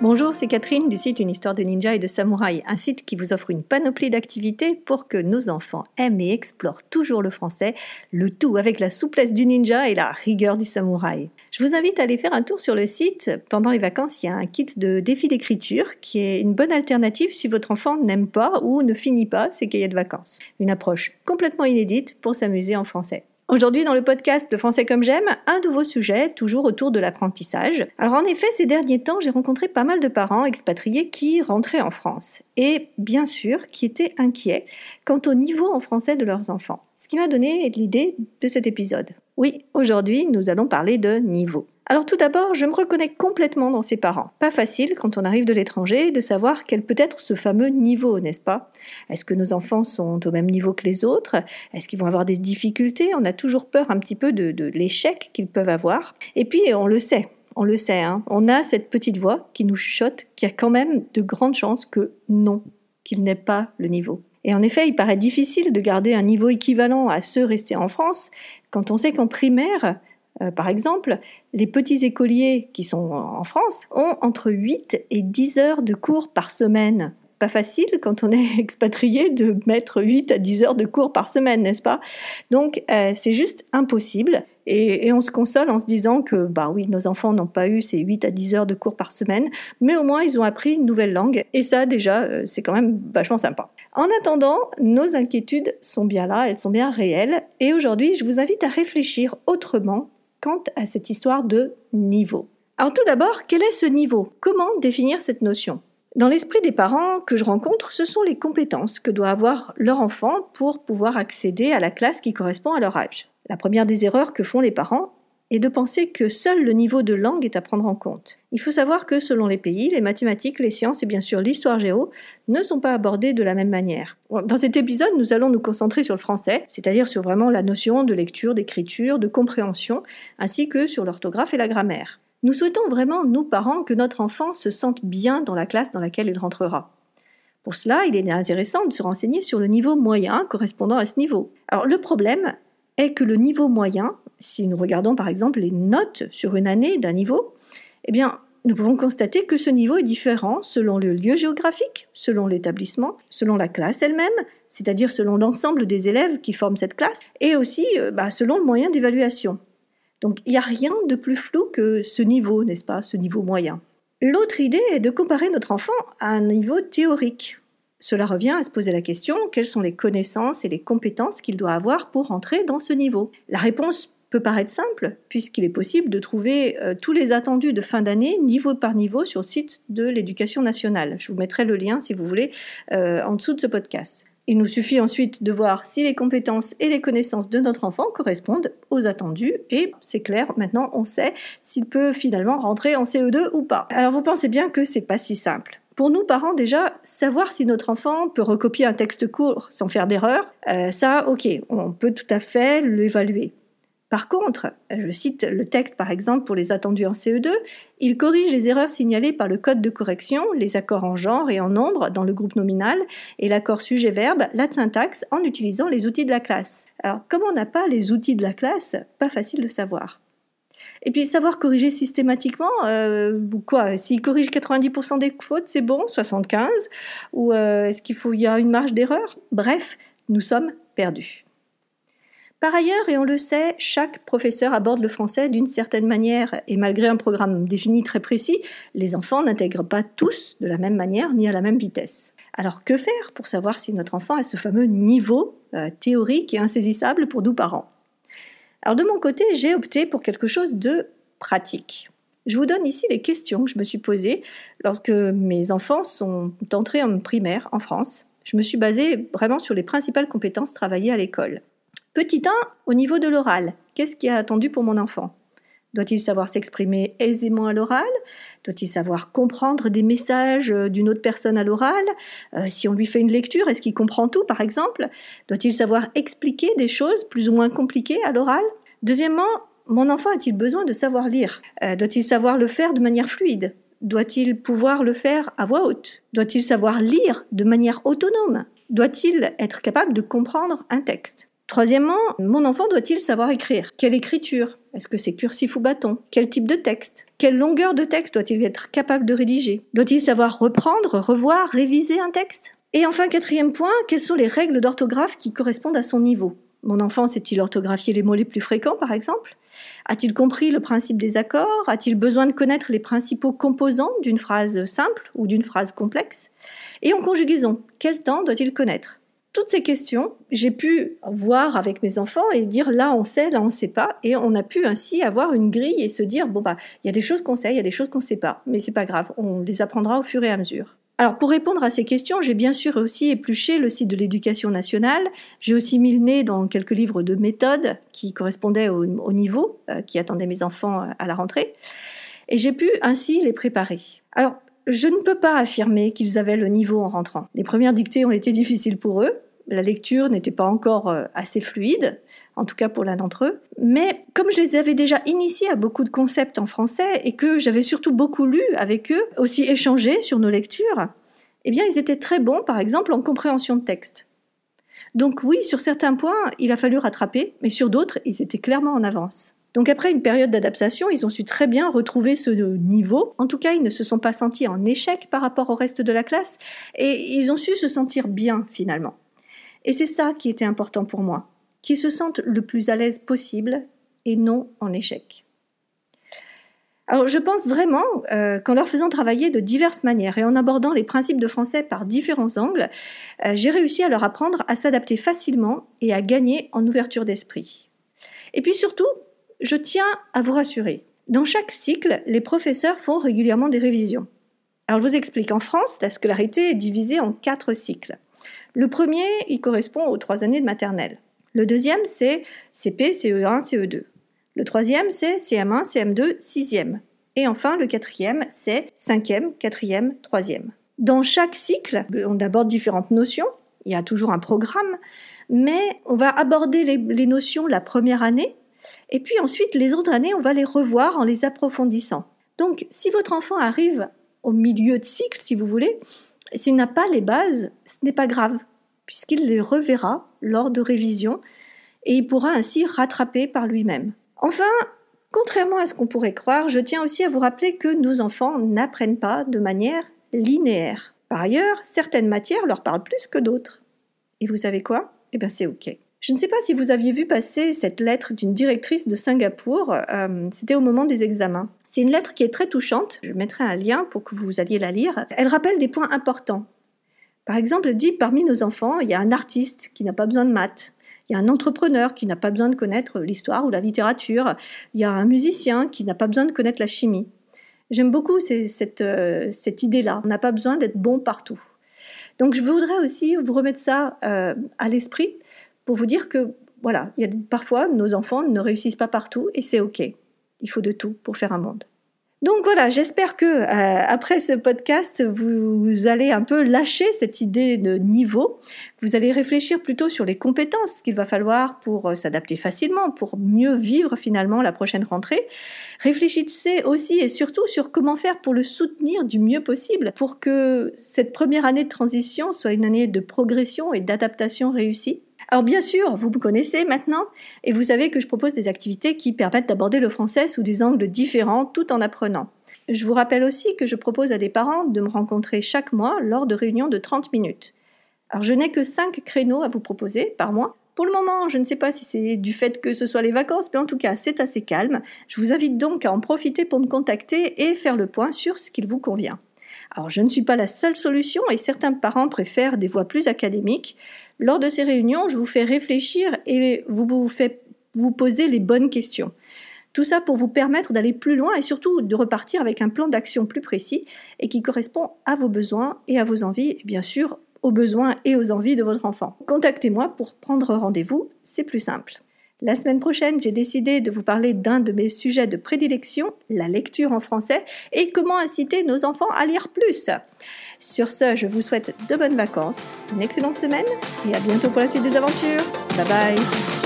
Bonjour, c'est Catherine du site Une histoire de ninja et de samouraï, un site qui vous offre une panoplie d'activités pour que nos enfants aiment et explorent toujours le français, le tout avec la souplesse du ninja et la rigueur du samouraï. Je vous invite à aller faire un tour sur le site. Pendant les vacances, il y a un kit de défis d'écriture qui est une bonne alternative si votre enfant n'aime pas ou ne finit pas ses cahiers de vacances. Une approche complètement inédite pour s'amuser en français. Aujourd'hui, dans le podcast de Français comme j'aime, un nouveau sujet, toujours autour de l'apprentissage. Alors en effet, ces derniers temps, j'ai rencontré pas mal de parents expatriés qui rentraient en France et bien sûr qui étaient inquiets quant au niveau en français de leurs enfants. Ce qui m'a donné l'idée de cet épisode. Oui, aujourd'hui, nous allons parler de niveau. Alors tout d'abord, je me reconnais complètement dans ces parents. Pas facile, quand on arrive de l'étranger, de savoir quel peut être ce fameux niveau, n'est-ce pas ? Est-ce que nos enfants sont au même niveau que les autres ? Est-ce qu'ils vont avoir des difficultés ? On a toujours peur un petit peu de l'échec qu'ils peuvent avoir. Et puis, on le sait, on a cette petite voix qui nous chuchote qu'il y a quand même de grandes chances que non, qu'il n'ait pas le niveau. Et en effet, il paraît difficile de garder un niveau équivalent à ceux restés en France quand on sait qu'en primaire, par exemple, les petits écoliers qui sont en France ont entre 8 et 10 heures de cours par semaine. Pas facile quand on est expatrié de mettre 8 à 10 heures de cours par semaine, n'est-ce pas ? Donc c'est juste impossible et on se console en se disant que oui, nos enfants n'ont pas eu ces 8 à 10 heures de cours par semaine, mais au moins ils ont appris une nouvelle langue et ça déjà c'est quand même vachement sympa. En attendant, nos inquiétudes sont bien là, elles sont bien réelles et aujourd'hui je vous invite à réfléchir autrement quant à cette histoire de niveau. Alors tout d'abord, quel est ce niveau ? Comment définir cette notion ? Dans l'esprit des parents que je rencontre, ce sont les compétences que doit avoir leur enfant pour pouvoir accéder à la classe qui correspond à leur âge. La première des erreurs que font les parents est de penser que seul le niveau de langue est à prendre en compte. Il faut savoir que selon les pays, les mathématiques, les sciences et bien sûr l'histoire géo ne sont pas abordées de la même manière. Dans cet épisode, nous allons nous concentrer sur le français, c'est-à-dire sur vraiment la notion de lecture, d'écriture, de compréhension, ainsi que sur l'orthographe et la grammaire. Nous souhaitons vraiment, nous parents, que notre enfant se sente bien dans la classe dans laquelle il rentrera. Pour cela, il est intéressant de se renseigner sur le niveau moyen correspondant à ce niveau. Alors le problème est que le niveau moyen, si nous regardons par exemple les notes sur une année d'un niveau, nous pouvons constater que ce niveau est différent selon le lieu géographique, selon l'établissement, selon la classe elle-même, c'est-à-dire selon l'ensemble des élèves qui forment cette classe, et aussi selon le moyen d'évaluation. Donc il n'y a rien de plus flou que ce niveau, n'est-ce pas, ce niveau moyen. L'autre idée est de comparer notre enfant à un niveau théorique. Cela revient à se poser la question, quelles sont les connaissances et les compétences qu'il doit avoir pour entrer dans ce niveau ? La réponse peut paraître simple, puisqu'il est possible de trouver tous les attendus de fin d'année, niveau par niveau, sur le site de l'Éducation nationale. Je vous mettrai le lien, si vous voulez, en dessous de ce podcast. Il nous suffit ensuite de voir si les compétences et les connaissances de notre enfant correspondent aux attendus et c'est clair, maintenant on sait s'il peut finalement rentrer en CE2 ou pas. Alors vous pensez bien que c'est pas si simple. Pour nous parents déjà, savoir si notre enfant peut recopier un texte court sans faire d'erreur, on peut tout à fait l'évaluer. Par contre, je cite le texte par exemple pour les attendus en CE2, il corrige les erreurs signalées par le code de correction, les accords en genre et en nombre dans le groupe nominal et l'accord sujet-verbe, la syntaxe en utilisant les outils de la classe. Alors comme on n'a pas les outils de la classe, pas facile de savoir. Et puis savoir corriger systématiquement, s'il corrige 90% des fautes, c'est bon, 75 ? Ou est-ce qu'il y a une marge d'erreur ? Bref, nous sommes perdus. Par ailleurs, et on le sait, chaque professeur aborde le français d'une certaine manière et malgré un programme défini très précis, les enfants n'intègrent pas tous de la même manière ni à la même vitesse. Alors que faire pour savoir si notre enfant a ce fameux niveau théorique et insaisissable pour nous parents ? Alors de mon côté, j'ai opté pour quelque chose de pratique. Je vous donne ici les questions que je me suis posées lorsque mes enfants sont entrés en primaire en France. Je me suis basée vraiment sur les principales compétences travaillées à l'école. Petit 1, au niveau de l'oral, qu'est-ce qui est attendu pour mon enfant ? Doit-il savoir s'exprimer aisément à l'oral ? Doit-il savoir comprendre des messages d'une autre personne à l'oral ? Si on lui fait une lecture, est-ce qu'il comprend tout par exemple ? Doit-il savoir expliquer des choses plus ou moins compliquées à l'oral ? Deuxièmement, mon enfant a-t-il besoin de savoir lire ? Doit-il savoir le faire de manière fluide ? Doit-il pouvoir le faire à voix haute ? Doit-il savoir lire de manière autonome ? Doit-il être capable de comprendre un texte ? Troisièmement, mon enfant doit-il savoir écrire ? Quelle écriture ? Est-ce que c'est cursif ou bâton? Quel type de texte? Quelle longueur de texte doit-il être capable de rédiger? Doit-il savoir reprendre, revoir, réviser un texte? Et enfin, 4e point, quelles sont les règles d'orthographe qui correspondent à son niveau? Mon enfant sait-il orthographier les mots les plus fréquents, par exemple? A-t-il compris le principe des accords? A-t-il besoin de connaître les principaux composants d'une phrase simple ou d'une phrase complexe? Et en conjugaison, quel temps doit-il connaître? Toutes ces questions, j'ai pu voir avec mes enfants et dire là on sait, là on sait pas, et on a pu ainsi avoir une grille et se dire il y a des choses qu'on sait, il y a des choses qu'on sait pas, mais c'est pas grave, on les apprendra au fur et à mesure. Alors pour répondre à ces questions, j'ai bien sûr aussi épluché le site de l'Éducation nationale, j'ai aussi mis le nez dans quelques livres de méthode qui correspondaient au niveau qui attendaient mes enfants à la rentrée, et j'ai pu ainsi les préparer. Alors je ne peux pas affirmer qu'ils avaient le niveau en rentrant. Les premières dictées ont été difficiles pour eux. La lecture n'était pas encore assez fluide, en tout cas pour l'un d'entre eux. Mais comme je les avais déjà initiés à beaucoup de concepts en français et que j'avais surtout beaucoup lu avec eux, aussi échangé sur nos lectures, eh bien ils étaient très bons, par exemple, en compréhension de texte. Donc oui, sur certains points, il a fallu rattraper, mais sur d'autres, ils étaient clairement en avance. Donc après une période d'adaptation, ils ont su très bien retrouver ce niveau. En tout cas, ils ne se sont pas sentis en échec par rapport au reste de la classe et ils ont su se sentir bien finalement. Et c'est ça qui était important pour moi, qu'ils se sentent le plus à l'aise possible et non en échec. Alors je pense vraiment qu'en leur faisant travailler de diverses manières et en abordant les principes de français par différents angles, j'ai réussi à leur apprendre à s'adapter facilement et à gagner en ouverture d'esprit. Et puis surtout, je tiens à vous rassurer. Dans chaque cycle, les professeurs font régulièrement des révisions. Alors je vous explique, en France, la scolarité est divisée en 4 cycles. Le premier, il correspond aux 3 années de maternelle. Le deuxième, c'est CP, CE1, CE2. Le troisième, c'est CM1, CM2, 6e. Et enfin, le quatrième, c'est 5e, 4e, 3e. Dans chaque cycle, on aborde différentes notions. Il y a toujours un programme, mais on va aborder les notions la première année. Et puis ensuite, les autres années, on va les revoir en les approfondissant. Donc, si votre enfant arrive au milieu de cycle, si vous voulez, s'il n'a pas les bases, ce n'est pas grave, puisqu'il les reverra lors de révision et il pourra ainsi rattraper par lui-même. Enfin, contrairement à ce qu'on pourrait croire, je tiens aussi à vous rappeler que nos enfants n'apprennent pas de manière linéaire. Par ailleurs, certaines matières leur parlent plus que d'autres. Et vous savez quoi? Eh bien, c'est OK. Je ne sais pas si vous aviez vu passer cette lettre d'une directrice de Singapour, c'était au moment des examens. C'est une lettre qui est très touchante, je mettrai un lien pour que vous alliez la lire. Elle rappelle des points importants. Par exemple, elle dit, parmi nos enfants, il y a un artiste qui n'a pas besoin de maths, il y a un entrepreneur qui n'a pas besoin de connaître l'histoire ou la littérature, il y a un musicien qui n'a pas besoin de connaître la chimie. J'aime beaucoup cette idée-là, on n'a pas besoin d'être bon partout. Donc je voudrais aussi vous remettre ça à l'esprit, pour vous dire que, voilà, parfois, nos enfants ne réussissent pas partout et c'est OK. Il faut de tout pour faire un monde. Donc voilà, j'espère que après ce podcast, vous allez un peu lâcher cette idée de niveau. Vous allez réfléchir plutôt sur les compétences qu'il va falloir pour s'adapter facilement, pour mieux vivre finalement la prochaine rentrée. Réfléchissez aussi et surtout sur comment faire pour le soutenir du mieux possible pour que cette première année de transition soit une année de progression et d'adaptation réussie. Alors bien sûr, vous me connaissez maintenant et vous savez que je propose des activités qui permettent d'aborder le français sous des angles différents tout en apprenant. Je vous rappelle aussi que je propose à des parents de me rencontrer chaque mois lors de réunions de 30 minutes. Alors je n'ai que 5 créneaux à vous proposer par mois. Pour le moment, je ne sais pas si c'est du fait que ce soit les vacances, mais en tout cas c'est assez calme. Je vous invite donc à en profiter pour me contacter et faire le point sur ce qu'il vous convient. Alors je ne suis pas la seule solution et certains parents préfèrent des voies plus académiques. Lors de ces réunions, je vous fais réfléchir et vous poser les bonnes questions. Tout ça pour vous permettre d'aller plus loin et surtout de repartir avec un plan d'action plus précis et qui correspond à vos besoins et à vos envies, et bien sûr aux besoins et aux envies de votre enfant. Contactez-moi pour prendre rendez-vous, c'est plus simple. La semaine prochaine, j'ai décidé de vous parler d'un de mes sujets de prédilection, la lecture en français, et comment inciter nos enfants à lire plus. Sur ce, je vous souhaite de bonnes vacances, une excellente semaine, et à bientôt pour la suite des aventures. Bye bye!